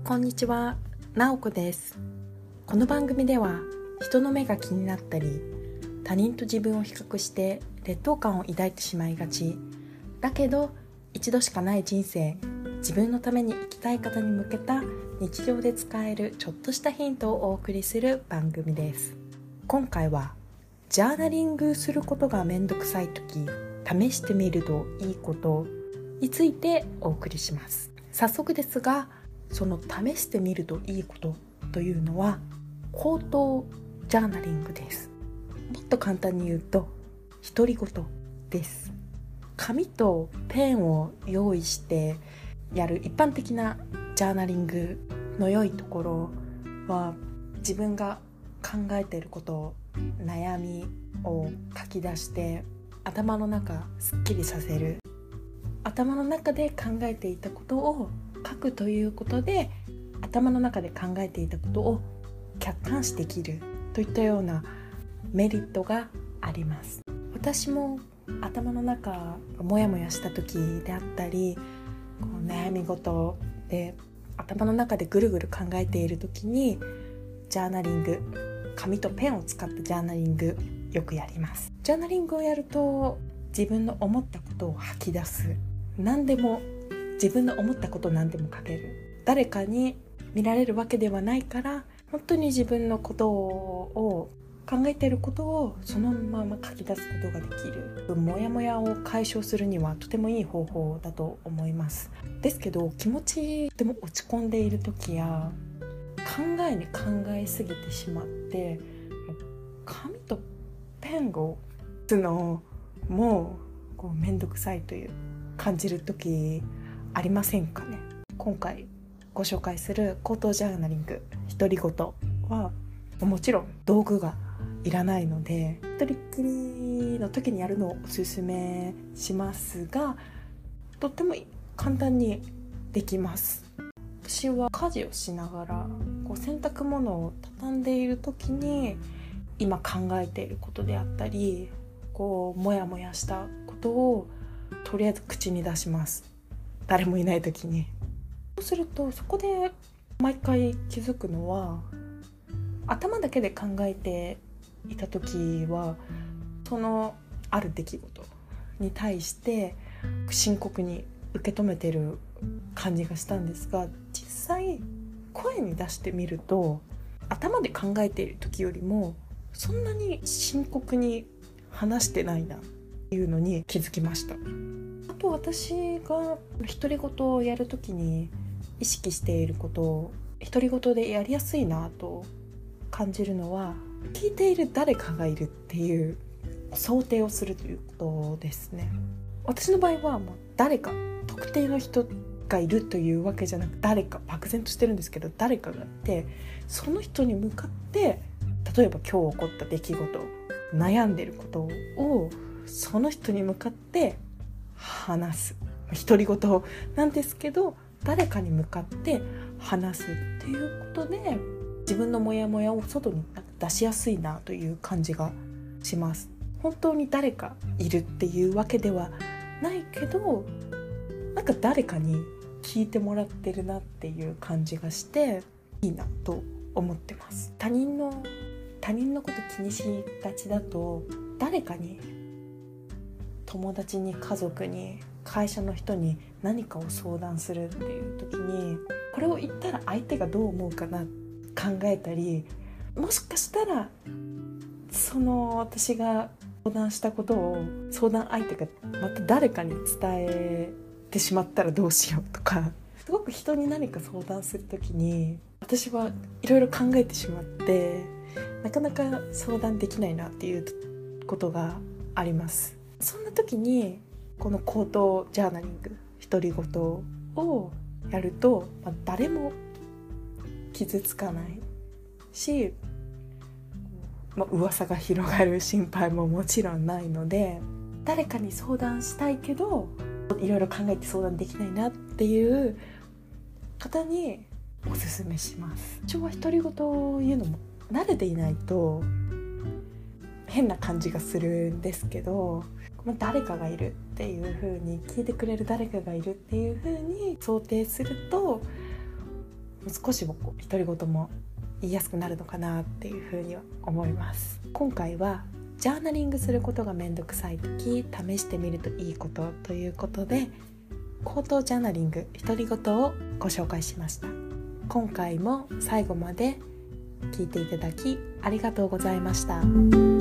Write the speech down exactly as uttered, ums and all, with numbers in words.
こんにちは、なおこです。この番組では人の目が気になったり、他人と自分を比較して劣等感を抱いてしまいがちだけど一度しかない人生、自分のために生きたい方に向けた日常で使えるちょっとしたヒントをお送りする番組です。今回はジャーナリングすることがめんどくさいとき試してみるといいことについてお送りします。早速ですが、その試してみるといいことというのは口頭ジャーナリングです。もっと簡単に言うと独り言です。紙とペンを用意してやる一般的なジャーナリングの良いところは、自分が考えていること、悩みを書き出して頭の中すっきりさせる。頭の中で考えていたことを書くということで、頭の中で考えていたことを客観視できるといったようなメリットがあります。私も頭の中モヤモヤした時であったり、こう悩み事で頭の中でぐるぐる考えている時にジャーナリング、紙とペンを使ったジャーナリングよくやります。ジャーナリングをやると自分の思ったことを吐き出す。何でも自分の思ったことを何でも書ける。誰かに見られるわけではないから、本当に自分のことを考えていることをそのまま書き出すことができる。モヤモヤを解消するにはとてもいい方法だと思います。ですけど、気持ちでも落ち込んでいる時や考えに考えすぎてしまって紙とペンを打つのもうこうめんどくさいという感じる時ありませんかね。今回ご紹介する口頭ジャーナリング独り言はもちろん道具がいらないので、一人っきりの時にやるのをおすすめしますが、とっても簡単にできます。私は家事をしながらこう洗濯物を畳んでいる時に今考えていることであったり、こうモヤモヤしたことをとりあえず口に出します。誰もいない時に。そうするとそこで毎回気づくのは、頭だけで考えていた時はそのある出来事に対して深刻に受け止めてる感じがしたんですが、実際声に出してみると頭で考えている時よりもそんなに深刻に話してないなっていうのに気づきました。あと私が独り言をやる時に意識していることを独り言でやりやすいなと感じるのは、聞いている誰かがいるっていう想定をするということですね。私の場合はもう誰か特定の人がいるというわけじゃなく、誰か漠然としてるんですけど、誰かがいて、その人に向かって例えば今日起こった出来事、悩んでることをその人に向かって話す。独り言なんですけど、誰かに向かって話すっていうことで自分のモヤモヤを外に出しやすいなという感じがします。本当に誰かいるっていうわけではないけど、なんか誰かに聞いてもらってるなっていう感じがしていいなと思ってます。他人の他人のこと気にしがちだと、誰かに、友達に、家族に、会社の人に何かを相談するっていう時に、これを言ったら相手がどう思うかな考えたり、もしかしたらその私が相談したことを相談相手がまた誰かに伝えてしまったらどうしようとか、すごく人に何か相談する時に私はいろいろ考えてしまってなかなか相談できないなっていうことがあります。そんな時にこの口頭ジャーナリング独り言をやると、まあ、誰も傷つかないし、まあ、噂が広がる心配ももちろんないので、誰かに相談したいけどいろいろ考えて相談できないなっていう方におすすめします。私は独り言を言うのも慣れていないと変な感じがするんですけど、誰かがいるっていう風に聞いてくれる誰かがいるっていう風に想定すると少し独り言も言いやすくなるのかなっていうふうには思います。今回はジャーナリングすることがめんどくさい時試してみるといいことということで、口頭ジャーナリング独り言をご紹介しました。今回も最後まで聞いていただきありがとうございました。